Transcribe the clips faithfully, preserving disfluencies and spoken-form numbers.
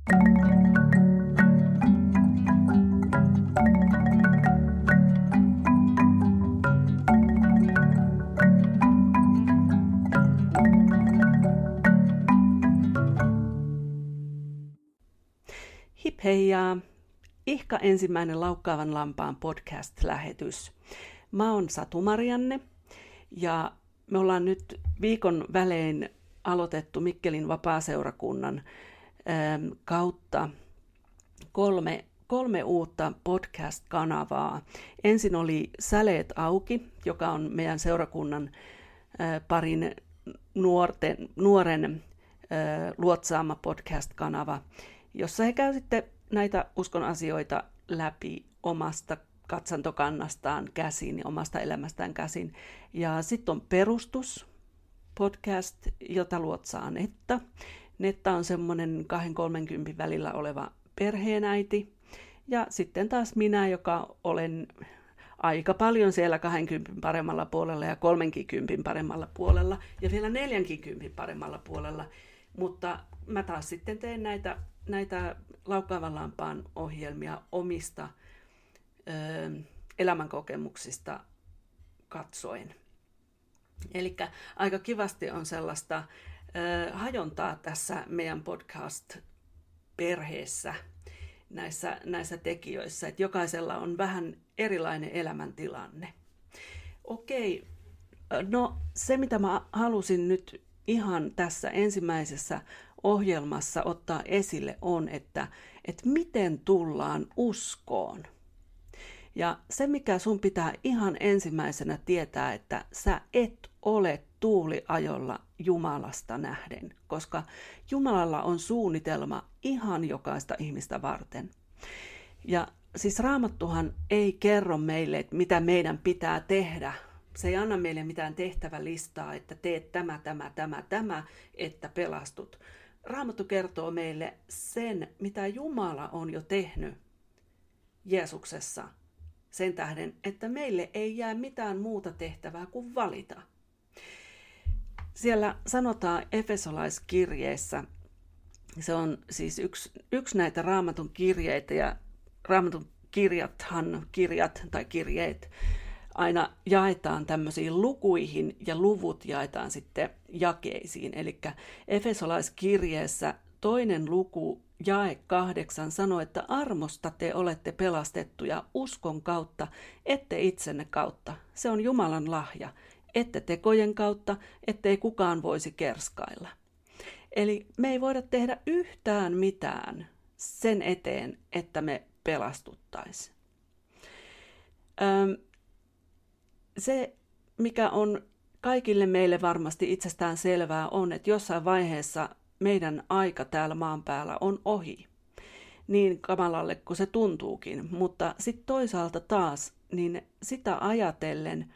Hip hei ja ihka ensimmäinen Laukkaavan lampaan podcast-lähetys. Mä oon Satu Marianne ja me ollaan nyt viikon välein aloitettu Mikkelin vapaaseurakunnan ähm, kautta kolme, kolme uutta podcast-kanavaa. Ensin oli Säleet auki, joka on meidän seurakunnan äh, parin nuorten, nuoren äh, luotsaama podcast-kanava, jossa he käy sitten näitä uskon asioita läpi omasta katsantokannastaan käsin ja omasta elämästään käsin. Ja sitten on Perustus podcast, jota luotsaa Netta. Netta on semmoinen kahden kolmenkympin välillä oleva perheenäiti. Ja sitten taas minä, joka olen aika paljon siellä kahdenkympin paremmalla puolella ja kolmenkympin paremmalla puolella ja vielä neljänkympin paremmalla puolella. Mutta mä taas sitten teen näitä, näitä Laukkaavan lampaan ohjelmia omista ö, elämänkokemuksista katsoen. Eli aika kivasti on sellaista ö, hajontaa tässä meidän podcast-perheessä näissä, näissä tekijöissä, että jokaisella on vähän erilainen elämäntilanne. Okei, no se mitä mä halusin nyt ihan tässä ensimmäisessä ohjelmassa ottaa esille on, että, että miten tullaan uskoon. Ja se, mikä sun pitää ihan ensimmäisenä tietää, että sä et ole tuuliajolla Jumalasta nähden, koska Jumalalla on suunnitelma ihan jokaista ihmistä varten. Ja siis Raamattuhan ei kerro meille, että mitä meidän pitää tehdä. Se ei anna meille mitään tehtävälistaa, että teet tämä, tämä, tämä, tämä, että pelastut. Raamattu kertoo meille sen, mitä Jumala on jo tehnyt Jeesuksessa, sen tähden, että meille ei jää mitään muuta tehtävää kuin valita. Siellä sanotaan Efesolaiskirjeessä, se on siis yksi, yksi näitä Raamatun kirjeitä, ja Raamatun kirjathan, kirjat tai kirjeet, aina jaetaan tämmöisiin lukuihin ja luvut jaetaan sitten jakeisiin. Eli Efesolaiskirjeessä toinen luku, jae kahdeksan, sanoo, että armosta te olette pelastettuja uskon kautta, ette itsenne kautta. Se on Jumalan lahja, ette tekojen kautta, ettei kukaan voisi kerskailla. Eli me ei voida tehdä yhtään mitään sen eteen, että me pelastuttaisiin. Öm, Se, mikä on kaikille meille varmasti itsestään selvää, on, että jossain vaiheessa meidän aika täällä maan päällä on ohi. Niin kamalalle kuin se tuntuukin, mutta sitten toisaalta taas, niin sitä ajatellen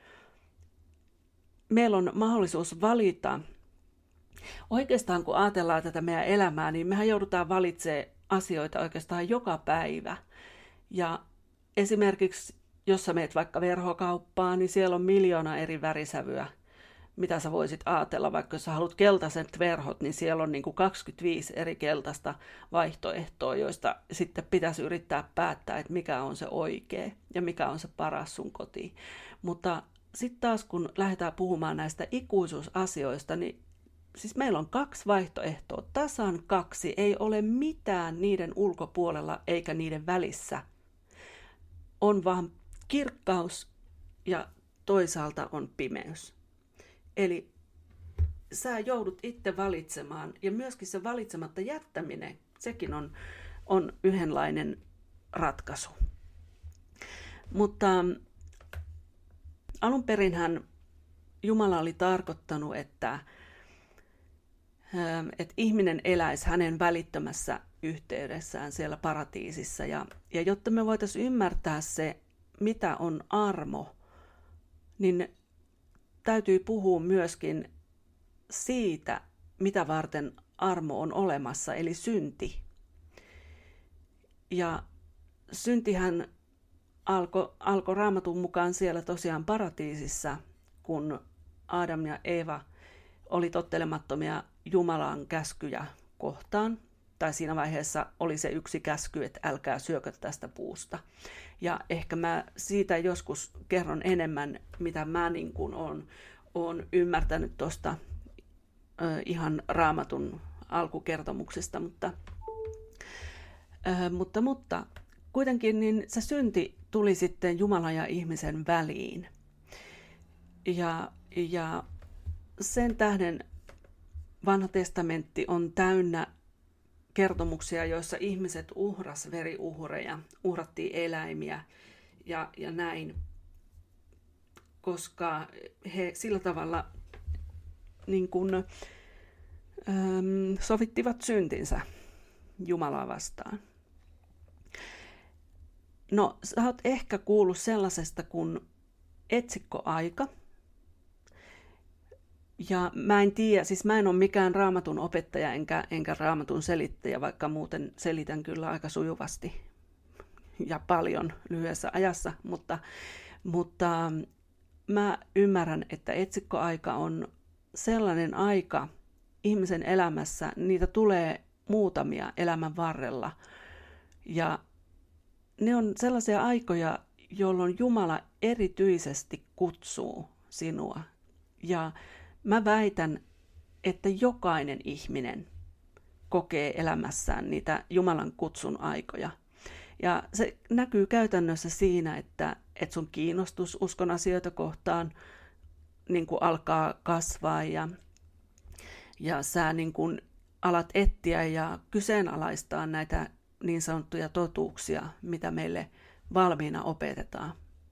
meillä on mahdollisuus valita. Oikeastaan kun ajatellaan tätä meidän elämää, niin mehän joudutaan valitsemaan asioita oikeastaan joka päivä. Ja esimerkiksi jos sä meet vaikka verhokauppaan, niin siellä on miljoona eri värisävyä, mitä sä voisit ajatella. Vaikka jos sä haluat keltaiset verhot, niin siellä on niin kuin kaksikymmentäviisi eri keltaista vaihtoehtoa, joista sitten pitäisi yrittää päättää, että mikä on se oikea ja mikä on se paras sun kotiin. Mutta sitten taas kun lähdetään puhumaan näistä ikuisuusasioista, niin siis meillä on kaksi vaihtoehtoa. Tasan kaksi, ei ole mitään niiden ulkopuolella eikä niiden välissä. On vaan kirkkaus ja toisaalta on pimeys. Eli sä joudut itse valitsemaan, ja myöskin se valitsematta jättäminen, sekin on, on yhdenlainen ratkaisu. Mutta alun perinhän Jumala oli tarkoittanut, että, että ihminen eläisi hänen välittömässä yhteydessään siellä paratiisissa. Ja, ja jotta me voitaisiin ymmärtää se, mitä on armo, niin täytyy puhua myöskin siitä, mitä varten armo on olemassa, eli synti. Ja syntihän alkoi alko Raamatun mukaan siellä tosiaan paratiisissa, kun Adam ja Eeva oli tottelemattomia Jumalan käskyjä kohtaan. tai siinä vaiheessa oli se yksi käsky, että älkää syökö tästä puusta. Ja ehkä mä siitä joskus kerron enemmän, mitä mä niin kuin olen, olen ymmärtänyt tuosta äh, ihan Raamatun alkukertomuksesta, mutta, äh, mutta, mutta kuitenkin niin se synti tuli sitten Jumalan ja ihmisen väliin. Ja, ja sen tähden Vanha testamentti on täynnä kertomuksia, joissa ihmiset uhras veriuhreja, uhrattiin eläimiä ja, ja näin, koska he sillä tavalla niin kuin, äm, sovittivat syntinsä Jumalaa vastaan. No, sä oot ehkä kuullut sellaisesta kuin etsikkoaika. Ja mä en tiedä, siis mä en ole mikään raamatun opettaja enkä, enkä raamatun selittäjä, vaikka muuten selitän kyllä aika sujuvasti ja paljon lyhyessä ajassa, mutta, mutta mä ymmärrän, että etsikkoaika on sellainen aika ihmisen elämässä, niitä tulee muutamia elämän varrella. Ja ne on sellaisia aikoja, jolloin Jumala erityisesti kutsuu sinua. Ja mä väitän, että jokainen ihminen kokee elämässään niitä Jumalan kutsun aikoja. Ja se näkyy käytännössä siinä, että, että sun kiinnostus uskon asioita kohtaan niin kuin alkaa kasvaa ja, ja sä niin kuin alat etsiä ja kyseenalaistaa näitä niin sanottuja totuuksia, mitä meille valmiina opetetaan.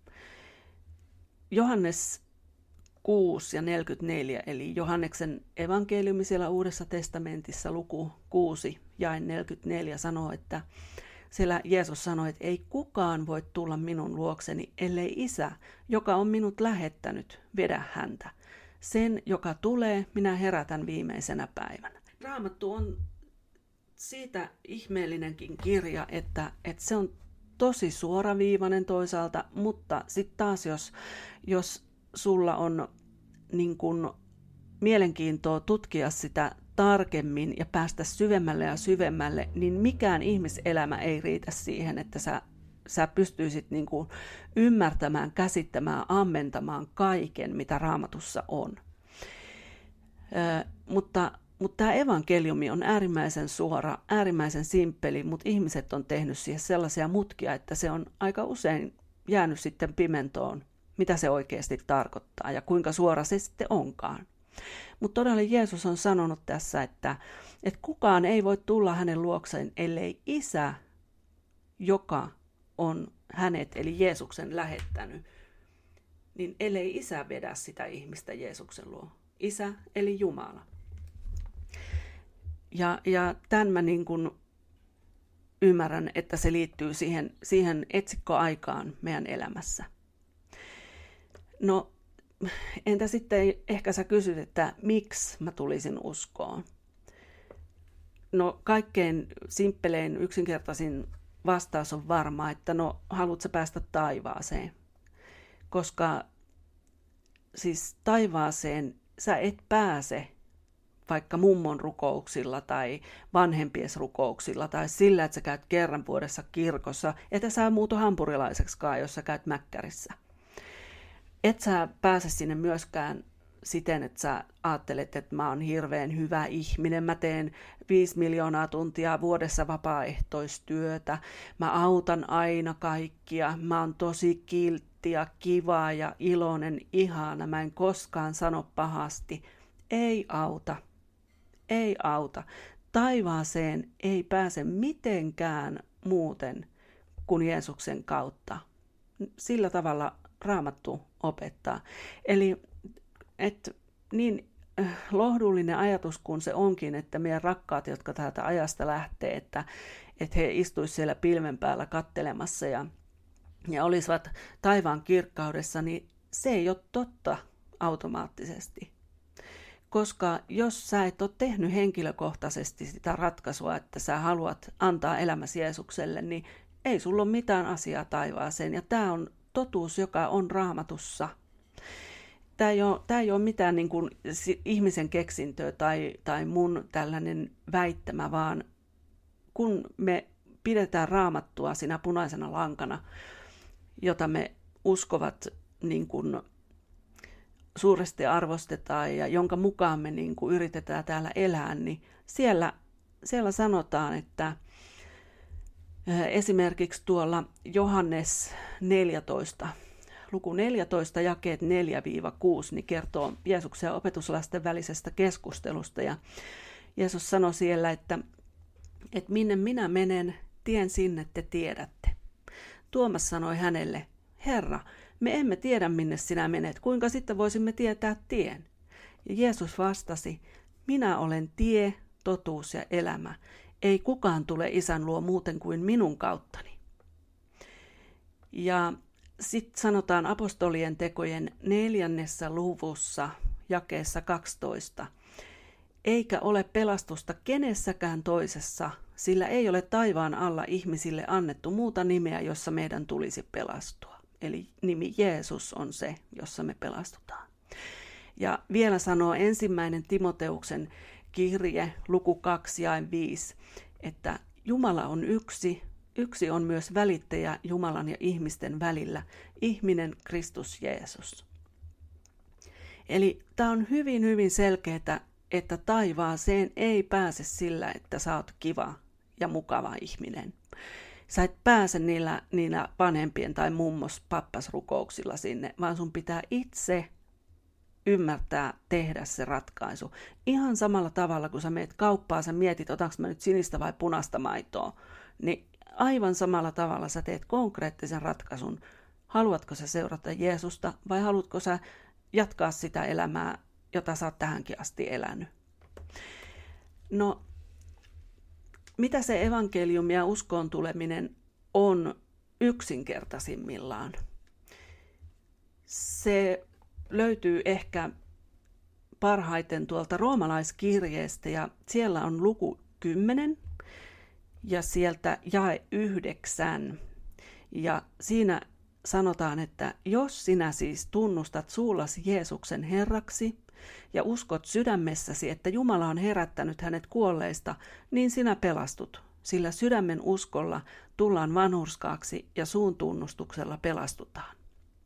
Johannes kuusi ja neljäkymmentäneljä, eli Johanneksen evankeliumi siellä Uudessa testamentissa, luku kuusi jae neljäkymmentäneljä sanoo, että siellä Jeesus sanoi, että ei kukaan voi tulla minun luokseni, ellei Isä, joka on minut lähettänyt, vedä häntä. Sen, joka tulee, minä herätän viimeisenä päivänä. Raamattu on siitä ihmeellinenkin kirja, että, että se on tosi suoraviivainen toisaalta, mutta sitten taas jos, jos sulla on niin kun mielenkiintoa tutkia sitä tarkemmin ja päästä syvemmälle ja syvemmälle, niin mikään ihmiselämä ei riitä siihen, että sä, sä pystyisit niin kun ymmärtämään, käsittämään, ammentamaan kaiken, mitä Raamatussa on. Ö, mutta mutta tämä evankeliumi on äärimmäisen suora, äärimmäisen simppeli, mutta ihmiset on tehnyt siihen sellaisia mutkia, että se on aika usein jäänyt sitten pimentoon, mitä se oikeasti tarkoittaa ja kuinka suora se sitten onkaan. Mutta todella Jeesus on sanonut tässä, että, että kukaan ei voi tulla hänen luokseen, ellei Isä, joka on hänet, eli Jeesuksen lähettänyt, niin ellei Isä vedä sitä ihmistä Jeesuksen luo. Isä, eli Jumala. Ja, ja tämän mä niin kuin ymmärrän, että se liittyy siihen, siihen etsikkoaikaan meidän elämässä. No, entä sitten ehkä sä kysyt, että miksi mä tulisin uskoon? No, kaikkein simppelein, yksinkertaisin vastaus on varma, että no, haluat sä päästä taivaaseen? Koska siis taivaaseen sä et pääse vaikka mummon rukouksilla tai vanhempies rukouksilla tai sillä, että sä käyt kerran vuodessa kirkossa, että sä muutu hampurilaiseksikaan, jos sä käyt mäkkärissä. Et sä pääse sinne myöskään siten, että sä ajattelet, että mä oon hirveän hyvä ihminen, mä teen viisi miljoonaa tuntia vuodessa vapaaehtoistyötä, mä autan aina kaikkia, mä oon tosi kiltti ja kiva ja iloinen, ihana, mä en koskaan sano pahasti. Ei auta. Ei auta. Taivaaseen ei pääse mitenkään muuten kuin Jeesuksen kautta. Sillä tavalla Raamattu opettaa. Eli et, niin lohdullinen ajatus kuin se onkin, että meidän rakkaat, jotka täältä ajasta lähtee, että, että he istuisivat siellä pilven päällä kattelemassa ja, ja olisivat taivaan kirkkaudessa, niin se ei ole totta automaattisesti. Koska jos sä et ole tehnyt henkilökohtaisesti sitä ratkaisua, että sä haluat antaa elämäsi Jeesukselle, niin ei sulla ole mitään asiaa taivaaseen. Ja tämä on totuus, joka on Raamatussa. Tämä ei ole, tämä ei ole mitään niin kuin ihmisen keksintöä tai, tai mun tällainen väittämä, vaan kun me pidetään Raamattua siinä punaisena lankana, jota me uskovat niin kuin suuresti arvostetaan ja jonka mukaan me niin kuin yritetään täällä elää, niin siellä, siellä sanotaan, että esimerkiksi tuolla Johannes neljätoista, luku neljätoista, jakeet neljä kuusi, niin kertoo Jeesuksen ja opetuslasten välisestä keskustelusta. Ja Jeesus sanoi siellä, että, että minne minä menen, tien sinne te tiedätte. Tuomas sanoi hänelle, Herra, me emme tiedä minne sinä menet, kuinka sitten voisimme tietää tien? Ja Jeesus vastasi, minä olen tie, totuus ja elämä. Ei kukaan tule Isän luo muuten kuin minun kauttani. Ja sitten sanotaan apostolien tekojen neljännessä luvussa, jakeessa kaksitoista. Eikä ole pelastusta kenessäkään toisessa, sillä ei ole taivaan alla ihmisille annettu muuta nimeä, jossa meidän tulisi pelastua. Eli nimi Jeesus on se, jossa me pelastutaan. Ja vielä sanoo ensimmäinen Timoteuksen kirje, luku kaksi jae viisi, että Jumala on yksi, yksi on myös välittäjä Jumalan ja ihmisten välillä, ihminen Kristus Jeesus. Eli tämä on hyvin, hyvin selkeää, että taivaaseen ei pääse sillä, että sä oot kiva ja mukava ihminen. Sä et pääse niillä, niillä vanhempien tai mummos pappasrukouksilla sinne, vaan sun pitää itse ymmärtää tehdä se ratkaisu. Ihan samalla tavalla, kun sä meet kauppaan, sä mietit, otanko mä nyt sinistä vai punaista maitoa, niin aivan samalla tavalla sä teet konkreettisen ratkaisun. Haluatko sä seurata Jeesusta vai haluatko sä jatkaa sitä elämää, jota sä oot tähänkin asti elänyt? No, mitä se evankeliumi ja uskoon tuleminen on yksinkertaisimmillaan? Se löytyy ehkä parhaiten tuolta roomalaiskirjeestä ja siellä on luku kymmenen ja sieltä jae yhdeksän. Ja siinä sanotaan, että jos sinä siis tunnustat suullasi Jeesuksen Herraksi ja uskot sydämessäsi, että Jumala on herättänyt hänet kuolleista, niin sinä pelastut, sillä sydämen uskolla tullaan vanhurskaaksi ja suun tunnustuksella pelastutaan.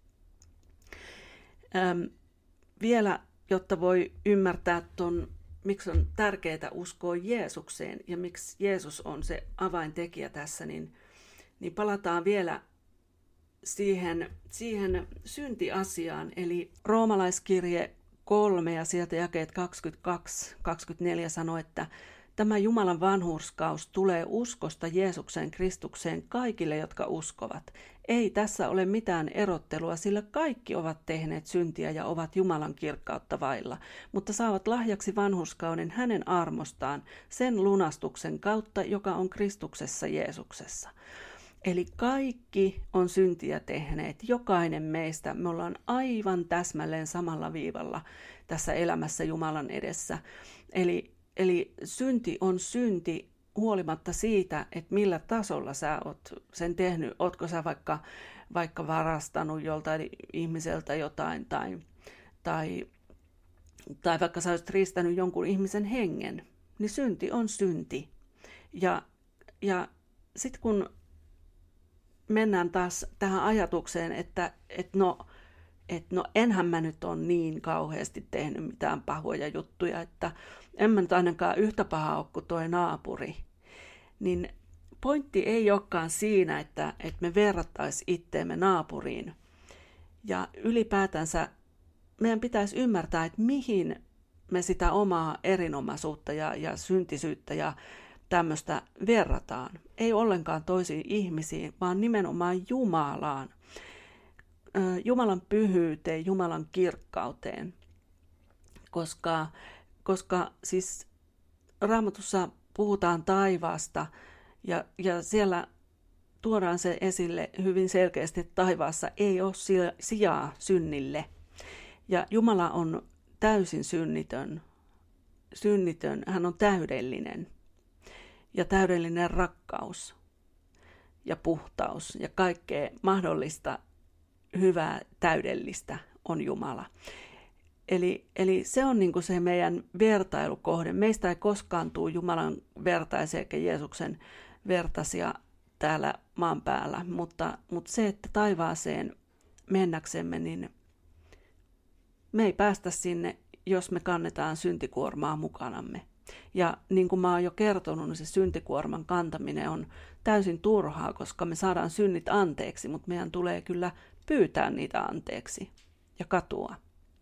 Ähm, vielä, jotta voi ymmärtää ton, miksi on tärkeää uskoa Jeesukseen ja miksi Jeesus on se avaintekijä tässä, niin, niin palataan vielä siihen, siihen syntiasiaan, eli roomalaiskirje kolme ja sieltä jakeet kaksikymmentäkaksi kaksikymmentäneljä sanoo, että tämä Jumalan vanhurskaus tulee uskosta Jeesukseen Kristukseen kaikille, jotka uskovat. Ei tässä ole mitään erottelua, sillä kaikki ovat tehneet syntiä ja ovat Jumalan kirkkautta vailla, mutta saavat lahjaksi vanhurskauden hänen armostaan sen lunastuksen kautta, joka on Kristuksessa Jeesuksessa. Eli kaikki on syntiä tehneet, jokainen meistä. Me ollaan aivan täsmälleen samalla viivalla tässä elämässä Jumalan edessä. Eli, eli synti on synti huolimatta siitä, että millä tasolla sä oot sen tehnyt. Ootko sä vaikka, vaikka varastanut joltain ihmiseltä jotain tai, tai, tai vaikka sä olisit riistänyt jonkun ihmisen hengen, niin synti on synti. Ja, ja sitten kun mennään taas tähän ajatukseen, että et no, et no enhän mä nyt ole niin kauheasti tehnyt mitään pahoja juttuja, että en mä nyt ainakaan yhtä paha ole kuin toi naapuri. Niin pointti ei olekaan siinä, että, että me verrattaisiin itteemme naapuriin. Ja ylipäätänsä meidän pitäisi ymmärtää, että mihin me sitä omaa erinomaisuutta ja, ja syntisyyttä ja tämmöistä verrataan. Ei ollenkaan toisiin ihmisiin, vaan nimenomaan Jumalaan. Jumalan pyhyyteen, Jumalan kirkkauteen. Koska, koska siis Raamatussa puhutaan taivaasta ja, ja siellä tuodaan se esille hyvin selkeästi, että taivaassa ei ole sijaa synnille. Ja Jumala on täysin synnitön. Synnitön, hän on täydellinen. Ja täydellinen rakkaus ja puhtaus ja kaikkea mahdollista hyvää täydellistä on Jumala. Eli, eli se on niin kuin se meidän vertailukohde. Meistä ei koskaan tule Jumalan vertaisia eikä Jeesuksen vertaisia täällä maan päällä, mutta, mutta se, että taivaaseen mennäksemme, niin me ei päästä sinne, jos me kannetaan syntikuormaa mukanamme. Ja niin kuin mä oon jo kertonut, niin se syntikuorman kantaminen on täysin turhaa, koska me saadaan synnit anteeksi, mutta meidän tulee kyllä pyytää niitä anteeksi ja katua.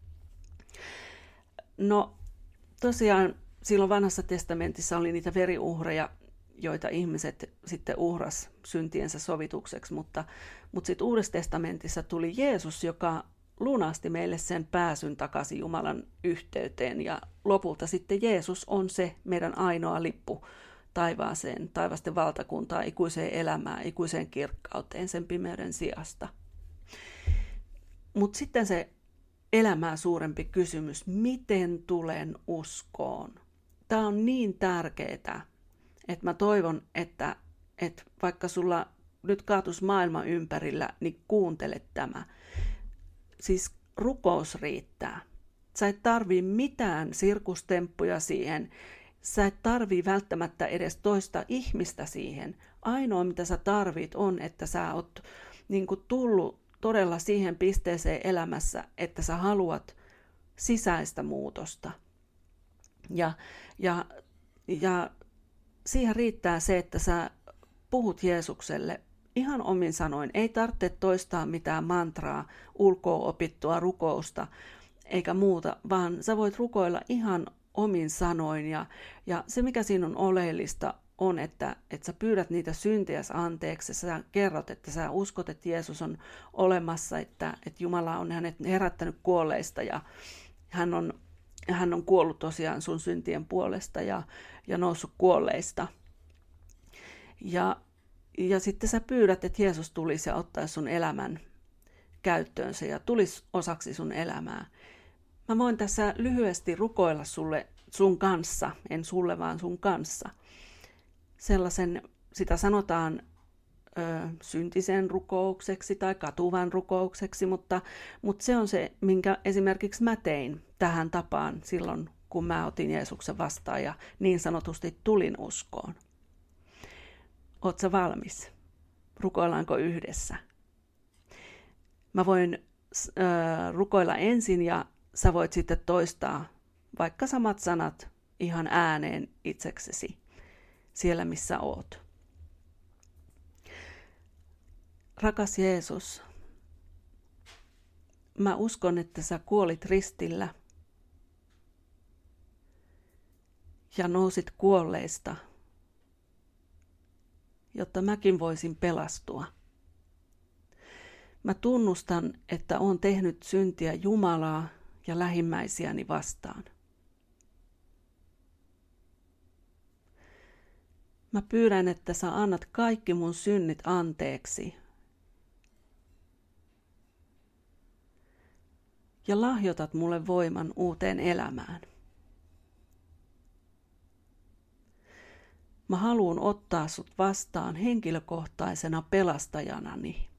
No tosiaan silloin vanhassa testamentissa oli niitä veriuhreja, joita ihmiset sitten uhras syntiensä sovitukseksi, mutta, mutta sitten Uudessa testamentissa tuli Jeesus, joka lunasti meille sen pääsyn takaisin Jumalan yhteyteen, ja lopulta sitten Jeesus on se meidän ainoa lippu taivaaseen, taivasten valtakuntaan, ikuiseen elämään, ikuiseen kirkkauteen sen pimeyden sijasta. Mutta sitten se elämää suurempi kysymys, miten tulen uskoon? Tämä on niin tärkeää, että mä toivon, että, että vaikka sulla nyt kaatus maailma ympärillä, niin kuuntele tämä. Siis rukous riittää. Sä et tarvii mitään sirkustemppuja siihen. Sä et tarvii välttämättä edes toista ihmistä siihen. Ainoa mitä sä tarvit on, että sä oot niin kuin tullut todella siihen pisteeseen elämässä, että sä haluat sisäistä muutosta. Ja, ja, ja siihen riittää se, että sä puhut Jeesukselle ihan omin sanoin. Ei tarvitse toistaa mitään mantraa, ulkoa opittua rukousta eikä muuta, vaan sä voit rukoilla ihan omin sanoin. Ja, ja se, mikä siinä on oleellista, on, että, että sä pyydät niitä syntejä anteeksi. Sä kerrot, että sä uskot, että Jeesus on olemassa, että, että Jumala on hänet herättänyt kuolleista ja hän on, hän on kuollut tosiaan sun syntien puolesta ja, ja noussut kuolleista. Ja, ja sitten sä pyydät, että Jeesus tulisi ja ottaisi sun elämän käyttöönsä ja tulisi osaksi sun elämää. Mä voin tässä lyhyesti rukoilla sulle sun kanssa, en sulle vaan sun kanssa. Sellaisen, sitä sanotaan ö, syntisen rukoukseksi tai katuvan rukoukseksi, mutta, mutta se on se, minkä esimerkiksi mä tein tähän tapaan silloin, kun mä otin Jeesuksen vastaan ja niin sanotusti tulin uskoon. Oot sä valmis? Rukoillaanko yhdessä? Mä voin ö, rukoilla ensin ja sä voit sitten toistaa vaikka samat sanat ihan ääneen itseksesi siellä, missä oot. Rakas Jeesus, mä uskon, että sä kuolit ristillä ja nousit kuolleista, jotta mäkin voisin pelastua. Mä tunnustan, että oon tehnyt syntiä Jumalaa ja lähimmäisiäni vastaan. Mä pyydän, että sä annat kaikki mun synnit anteeksi ja lahjoitat mulle voiman uuteen elämään. Mä haluan ottaa sut vastaan henkilökohtaisena pelastajanani.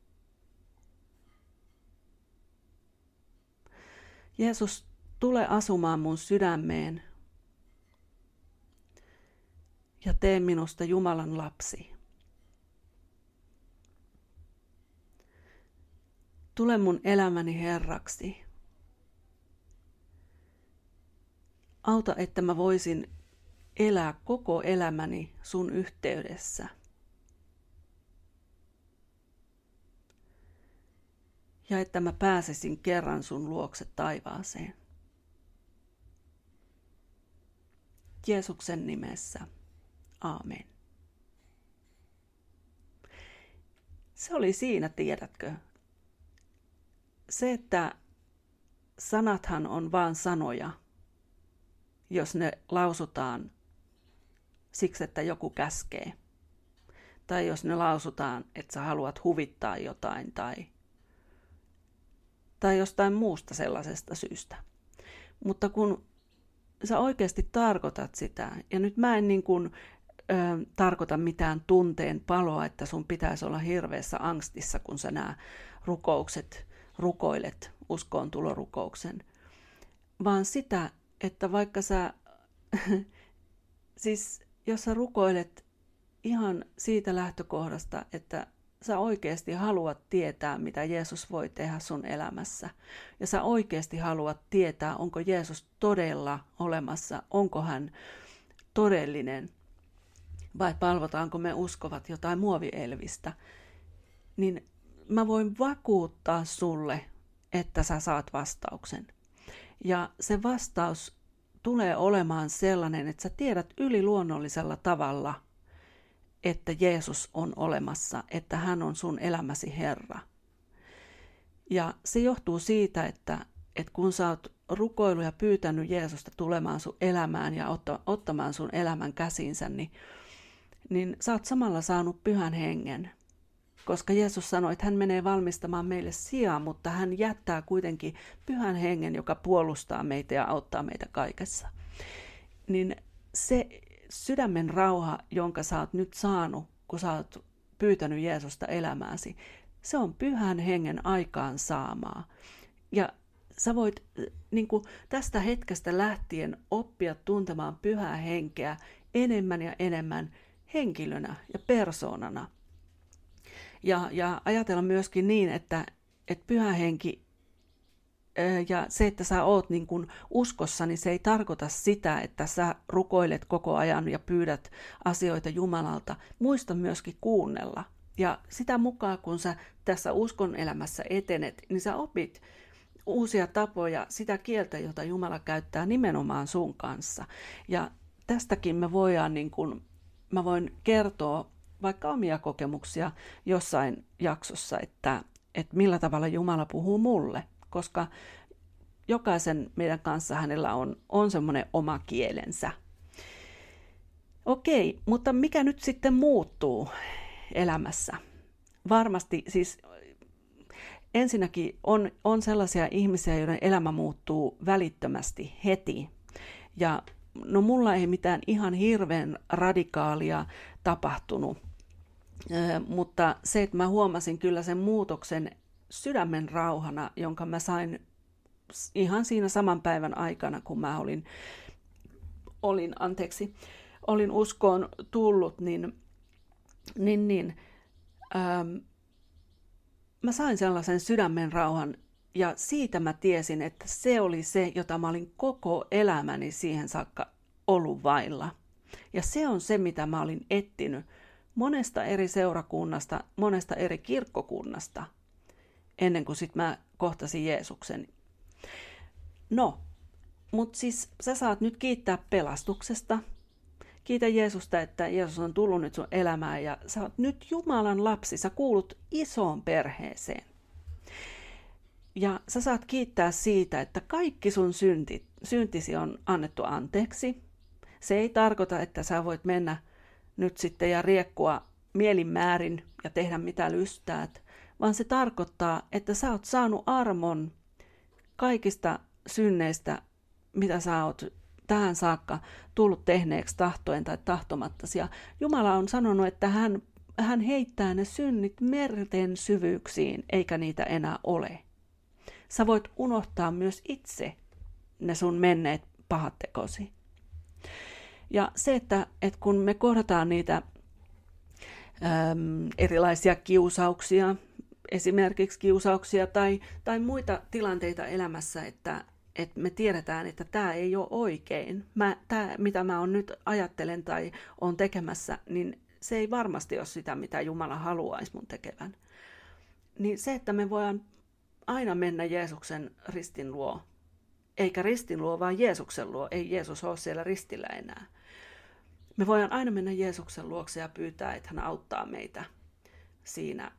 Jeesus, tule asumaan mun sydämeen ja tee minusta Jumalan lapsi. Tule mun elämäni Herraksi. Auta, että mä voisin elää koko elämäni sun yhteydessä. Ja että mä pääsisin kerran sun luokse taivaaseen. Jeesuksen nimessä. Aamen. Se oli siinä, tiedätkö? Se, että sanathan on vaan sanoja, jos ne lausutaan siksi, että joku käskee. Tai jos ne lausutaan, että sä haluat huvittaa jotain tai, tai jostain muusta sellaisesta syystä. Mutta kun sä oikeasti tarkoitat sitä, ja nyt mä en niin kuin, ö, tarkoita mitään tunteen paloa, että sun pitäisi olla hirveässä angstissa, kun sä nämä rukoukset rukoilet, uskoontulorukouksen. vaan sitä, että vaikka sä, siis jos sä rukoilet ihan siitä lähtökohdasta, että sä oikeasti haluat tietää, mitä Jeesus voi tehdä sun elämässä. Ja sä oikeasti haluat tietää, onko Jeesus todella olemassa, onko hän todellinen, vai palvotaanko me uskovat jotain muovielvistä. Niin mä voin vakuuttaa sulle, että sä saat vastauksen. Ja se vastaus tulee olemaan sellainen, että sä tiedät yliluonnollisella tavalla, että Jeesus on olemassa, että hän on sun elämäsi Herra. Ja se johtuu siitä, että, että kun sä oot rukoillut ja pyytänyt Jeesusta tulemaan sun elämään ja otta, ottamaan sun elämän käsiinsä, niin, niin sä oot samalla saanut Pyhän Hengen. Koska Jeesus sanoi, että hän menee valmistamaan meille sijaa, mutta hän jättää kuitenkin Pyhän Hengen, joka puolustaa meitä ja auttaa meitä kaikessa. Niin se sydämen rauha, jonka sä oot nyt saanut, kun sä oot pyytänyt Jeesusta elämääsi, se on Pyhän Hengen aikaan saamaa. Ja sä voit niin kuin tästä hetkestä lähtien oppia tuntemaan Pyhää Henkeä enemmän ja enemmän henkilönä ja persoonana. Ja, ja ajatella myöskin niin, että, että Pyhä Henki ja se, että sä oot niin kuin uskossa, niin se ei tarkoita sitä, että sä rukoilet koko ajan ja pyydät asioita Jumalalta. Muista myöskin kuunnella. Ja sitä mukaan, kun sä tässä uskon elämässä etenet, niin sä opit uusia tapoja, sitä kieltä, jota Jumala käyttää nimenomaan sun kanssa. Ja tästäkin me voidaan, niin kuin, mä voin kertoa vaikka omia kokemuksia jossain jaksossa, että, että millä tavalla Jumala puhuu mulle. Koska jokaisen meidän kanssa hänellä on, on semmoinen oma kielensä. Okei, mutta mikä nyt sitten muuttuu elämässä? Varmasti siis ensinnäkin on, on sellaisia ihmisiä, joiden elämä muuttuu välittömästi heti. Ja no mulla ei mitään ihan hirveän radikaalia tapahtunut, äh, mutta se, että mä huomasin kyllä sen muutoksen sydämen rauhana, jonka mä sain ihan siinä saman päivän aikana, kun mä olin, olin anteeksi, olin uskoon tullut, niin, niin, niin ähm, mä sain sellaisen sydämen rauhan, ja siitä mä tiesin, että se oli se, jota mä olin koko elämäni siihen saakka ollut vailla. Ja se on se, mitä mä olin etsinyt monesta eri seurakunnasta, monesta eri kirkkokunnasta, ennen kuin sit mä kohtasin Jeesuksen. No, mutta siis sä saat nyt kiittää pelastuksesta. Kiitä Jeesusta, että Jeesus on tullut nyt sun elämään ja sä oot nyt Jumalan lapsi. Sä kuulut isoon perheeseen. Ja sä saat kiittää siitä, että kaikki sun syntit, syntisi on annettu anteeksi. Se ei tarkoita, että sä voit mennä nyt sitten ja riekkua mielinmäärin ja tehdä mitä lystäät, vaan se tarkoittaa, että sä oot saanut armon kaikista synneistä, mitä sä oot tähän saakka tullut tehneeksi tahtoen tai tahtomattasi. Ja Jumala on sanonut, että hän, hän heittää ne synnit merten syvyyksiin, eikä niitä enää ole. Sä voit unohtaa myös itse ne sun menneet pahat tekosi. Ja se, että, että kun me kohdataan niitä äm, erilaisia kiusauksia, esimerkiksi kiusauksia tai, tai muita tilanteita elämässä, että, että me tiedetään, että tämä ei ole oikein. Mä, tämä, mitä mä on nyt ajattelen tai on tekemässä, niin se ei varmasti ole sitä, mitä Jumala haluaisi mun tekevän. Niin se, että me voidaan aina mennä Jeesuksen ristin luo, eikä ristin luo, vaan Jeesuksen luo. Ei Jeesus ole siellä ristillä enää. Me voidaan aina mennä Jeesuksen luokse ja pyytää, että hän auttaa meitä siinä,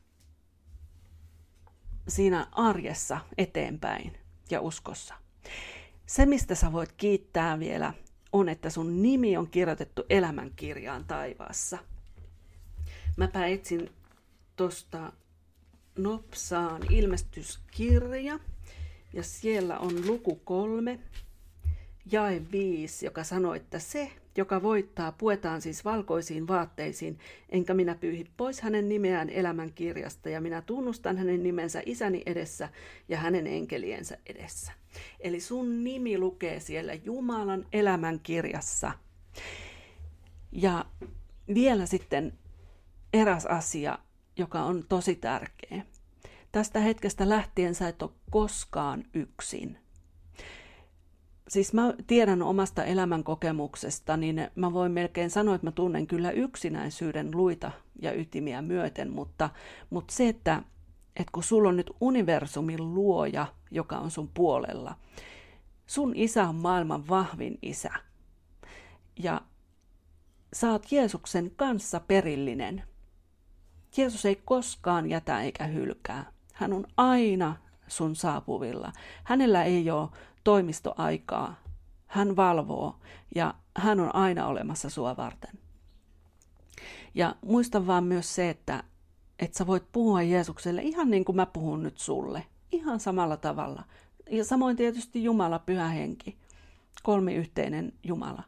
siinä arjessa eteenpäin ja uskossa. Se, mistä sä voit kiittää vielä, on, että sun nimi on kirjoitettu elämänkirjaan taivaassa. Mäpä etsin tuosta nopsaan ilmestyskirja, ja siellä on luku kolme, jae viisi, joka sanoo, että se, joka voittaa, puetaan siis valkoisiin vaatteisiin, enkä minä pyyhi pois hänen nimeään elämän kirjasta, ja minä tunnustan hänen nimensä isäni edessä ja hänen enkeliensä edessä. Eli sun nimi lukee siellä Jumalan elämän kirjassa. Ja vielä sitten eräs asia, joka on tosi tärkeä. Tästä hetkestä lähtien sä et ole koskaan yksin. Siis mä tiedän omasta elämänkokemuksesta, niin mä voin melkein sanoa, että mä tunnen kyllä yksinäisyyden luita ja ytimiä myöten, mutta, mutta se, että, että kun sulla on nyt universumin luoja, joka on sun puolella, sun isä on maailman vahvin isä, ja sä oot Jeesuksen kanssa perillinen. Jeesus ei koskaan jätä eikä hylkää. Hän on aina sun saapuvilla. Hänellä ei ole toimistoaikaa. Hän valvoo ja hän on aina olemassa sua varten. Ja muista vaan myös se, että, että sä voit puhua Jeesukselle ihan niin kuin mä puhun nyt sulle. Ihan samalla tavalla. Ja samoin tietysti Jumala, Pyhä Henki. Kolmiyhteinen Jumala.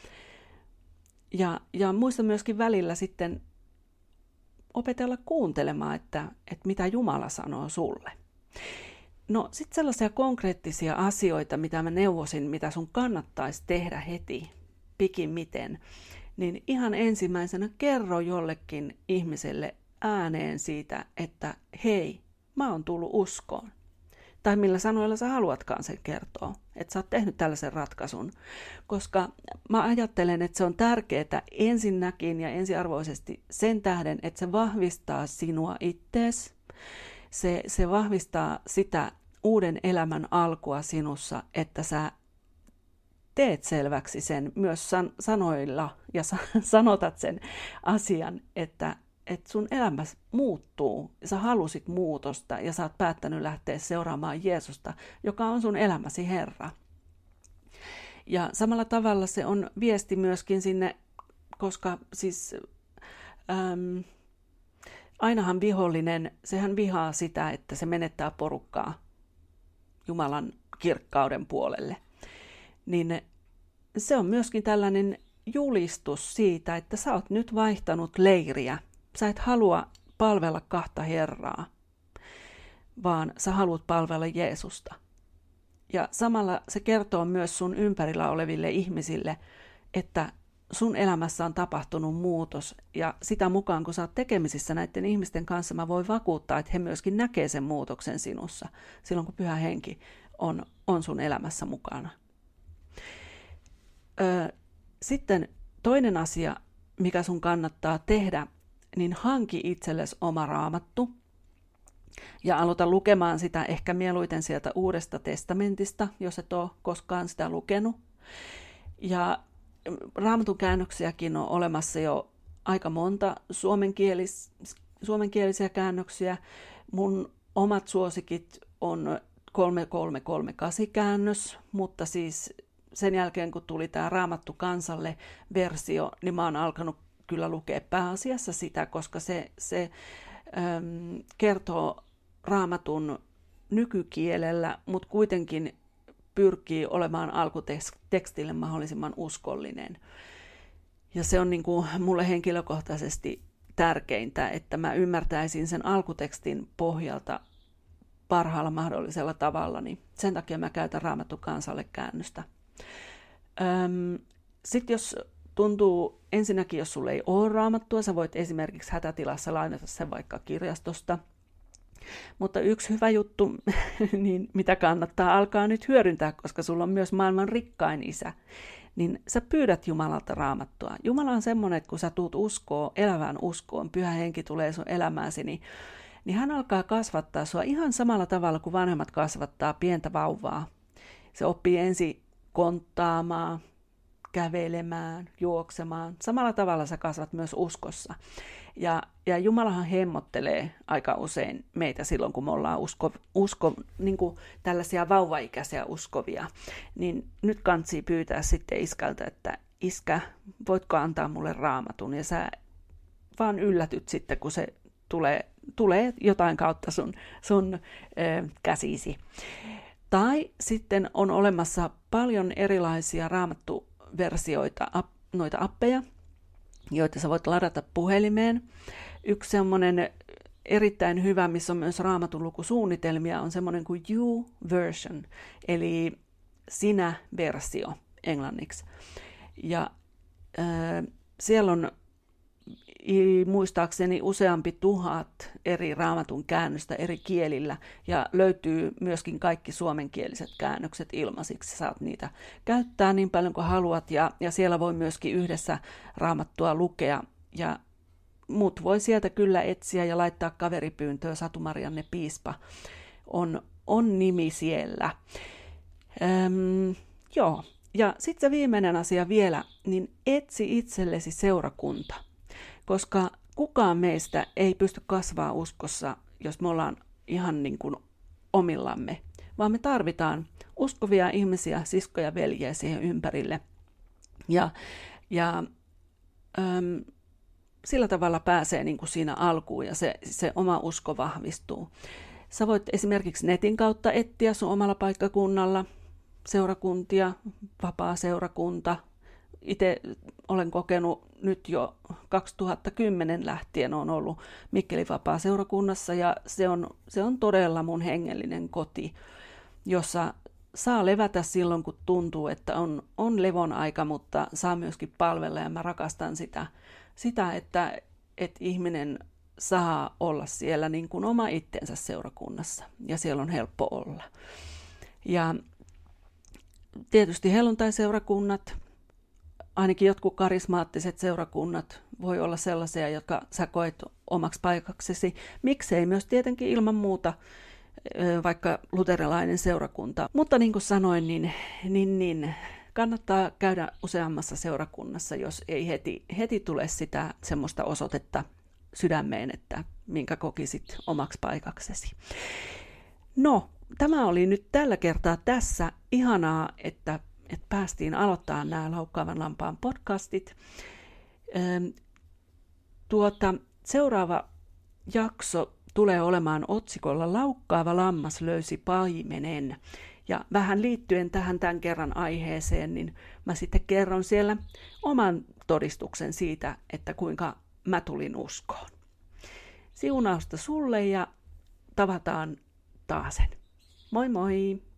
Ja, ja muista myöskin välillä sitten opetella kuuntelemaan, että, että mitä Jumala sanoo sulle. No sitten sellaisia konkreettisia asioita, mitä mä neuvosin, mitä sun kannattaisi tehdä heti, pikimmiten, niin ihan ensimmäisenä kerro jollekin ihmiselle ääneen siitä, että hei, mä oon tullut uskoon. Tai millä sanoilla sä haluatkaan sen kertoa, että sä oot tehnyt tällaisen ratkaisun. Koska mä ajattelen, että se on tärkeää ensinnäkin ja ensiarvoisesti sen tähden, että se vahvistaa sinua ittees. Se, se vahvistaa sitä uuden elämän alkua sinussa, että sä teet selväksi sen myös san, sanoilla ja sa, sanotat sen asian, että että sun elämässä muuttuu, sä halusit muutosta ja sä oot päättänyt lähteä seuraamaan Jeesusta, joka on sun elämäsi Herra. Ja samalla tavalla se on viesti myöskin sinne, koska siis äm, ainahan vihollinen, sehän vihaa sitä, että se menettää porukkaa Jumalan kirkkauden puolelle. Niin se on myöskin tällainen julistus siitä, että sä oot nyt vaihtanut leiriä. Sä et halua palvella kahta Herraa, vaan sä haluat palvella Jeesusta. Ja samalla se kertoo myös sun ympärillä oleville ihmisille, että sun elämässä on tapahtunut muutos. Ja sitä mukaan, kun sä oot tekemisissä näiden ihmisten kanssa, mä voin vakuuttaa, että he myöskin näkee sen muutoksen sinussa, silloin kun Pyhä Henki on, on sun elämässä mukana. Öö, sitten toinen asia, mikä sun kannattaa tehdä, niin hanki itsellesi oma raamattu ja aloita lukemaan sitä ehkä mieluiten sieltä Uudesta testamentista, jos et ole koskaan sitä lukenut. Ja raamatun käännöksiäkin on olemassa jo aika monta suomenkielis, suomenkielisiä käännöksiä. Mun omat suosikit on kolme kolme kolme kahdeksan käännös, mutta siis sen jälkeen kun tuli tämä Raamattu kansalle versio, niin mä oon alkanut kyllä lukea pääasiassa sitä, koska se, se äm, kertoo Raamatun nykykielellä, mutta kuitenkin pyrkii olemaan alkutekstille mahdollisimman uskollinen. Ja se on niin kuin mulle henkilökohtaisesti tärkeintä, että mä ymmärtäisin sen alkutekstin pohjalta parhaalla mahdollisella tavalla, niin sen takia mä käytän Raamattu kansalle käännöstä. Öm, Sitten jos tuntuu, ensinnäkin jos sulla ei ole raamattua, sä voit esimerkiksi hätätilassa lainata sen vaikka kirjastosta. Mutta yksi hyvä juttu, niin mitä kannattaa alkaa nyt hyödyntää, koska sulla on myös maailman rikkain isä, niin sä pyydät Jumalalta raamattua. Jumala on semmoinen, että kun sä tuut uskoon, elävään uskoon, Pyhä Henki tulee sun elämääsi, niin, niin hän alkaa kasvattaa sua ihan samalla tavalla kuin vanhemmat kasvattaa pientä vauvaa. Se oppii ensin konttaamaan, kävelemään, juoksemaan. Samalla tavalla sä kasvat myös uskossa. Ja, ja Jumalahan hemmottelee aika usein meitä silloin, kun me ollaan usko, usko, niin kuin tällaisia vauvaikäisiä uskovia. Niin nyt kantsii pyytää sitten iskältä, että iskä, voitko antaa mulle raamatun? Ja sä vaan yllätyt sitten, kun se tulee, tulee jotain kautta sun, sun ö, käsisi. Tai sitten on olemassa paljon erilaisia raamattuversioita, noita appeja, joita sä voit ladata puhelimeen. Yksi semmoinen erittäin hyvä, missä on myös Raamatun lukusuunnitelmia, on semmoinen kuin YouVersion, eli sinä-versio englanniksi. Ja äh, siellä on muistaakseni useampi tuhat eri Raamatun käännöstä eri kielillä, ja löytyy myöskin kaikki suomenkieliset käännökset ilmaisiksi. Saat niitä käyttää niin paljon kuin haluat, ja, ja siellä voi myöskin yhdessä Raamattua lukea, ja muut voi sieltä kyllä etsiä ja laittaa kaveripyyntöä. Satu Marianne Piispa on, on nimi siellä. Öm, joo, ja sitten se viimeinen asia vielä, niin etsi itsellesi seurakunta. Koska kukaan meistä ei pysty kasvaa uskossa, jos me ollaan ihan niin kuin omillamme, vaan me tarvitaan uskovia ihmisiä, siskoja ja veljiä siihen ympärille. Ja, ja äm, sillä tavalla pääsee niin kuin siinä alkuun ja se, se oma usko vahvistuu. Sä voit esimerkiksi netin kautta etsiä sun omalla paikkakunnalla seurakuntia, vapaa seurakunta. Itse olen kokenut nyt jo kaksituhattakymmenen lähtien, on ollut Mikkelin vapaa-seurakunnassa, ja se on, se on todella mun hengellinen koti, jossa saa levätä silloin, kun tuntuu, että on, on levon aika, mutta saa myöskin palvella, ja mä rakastan sitä, sitä että, että ihminen saa olla siellä niin kuin oma itsensä seurakunnassa, ja siellä on helppo olla. Ja tietysti helluntaiseurakunnat, ainakin jotkut karismaattiset seurakunnat voi olla sellaisia, jotka sä koet omaksi paikaksesi. Miksei myös tietenkin ilman muuta vaikka luterilainen seurakunta. Mutta niin kuin sanoin, niin, niin, niin kannattaa käydä useammassa seurakunnassa, jos ei heti, heti tule sitä semmoista osoitetta sydämeen, että minkä kokisit omaksi paikaksesi. No, tämä oli nyt tällä kertaa tässä. Ihanaa, että että päästiin aloittaa nämä Laukkaavan lampaan podcastit. Tuota, seuraava jakso tulee olemaan otsikolla Laukkaava lammas löysi paimenen. Ja vähän liittyen tähän tämän kerran aiheeseen, niin mä sitten kerron siellä oman todistuksen siitä, että kuinka mä tulin uskoon. Siunausta sulle ja tavataan taasen. Moi moi!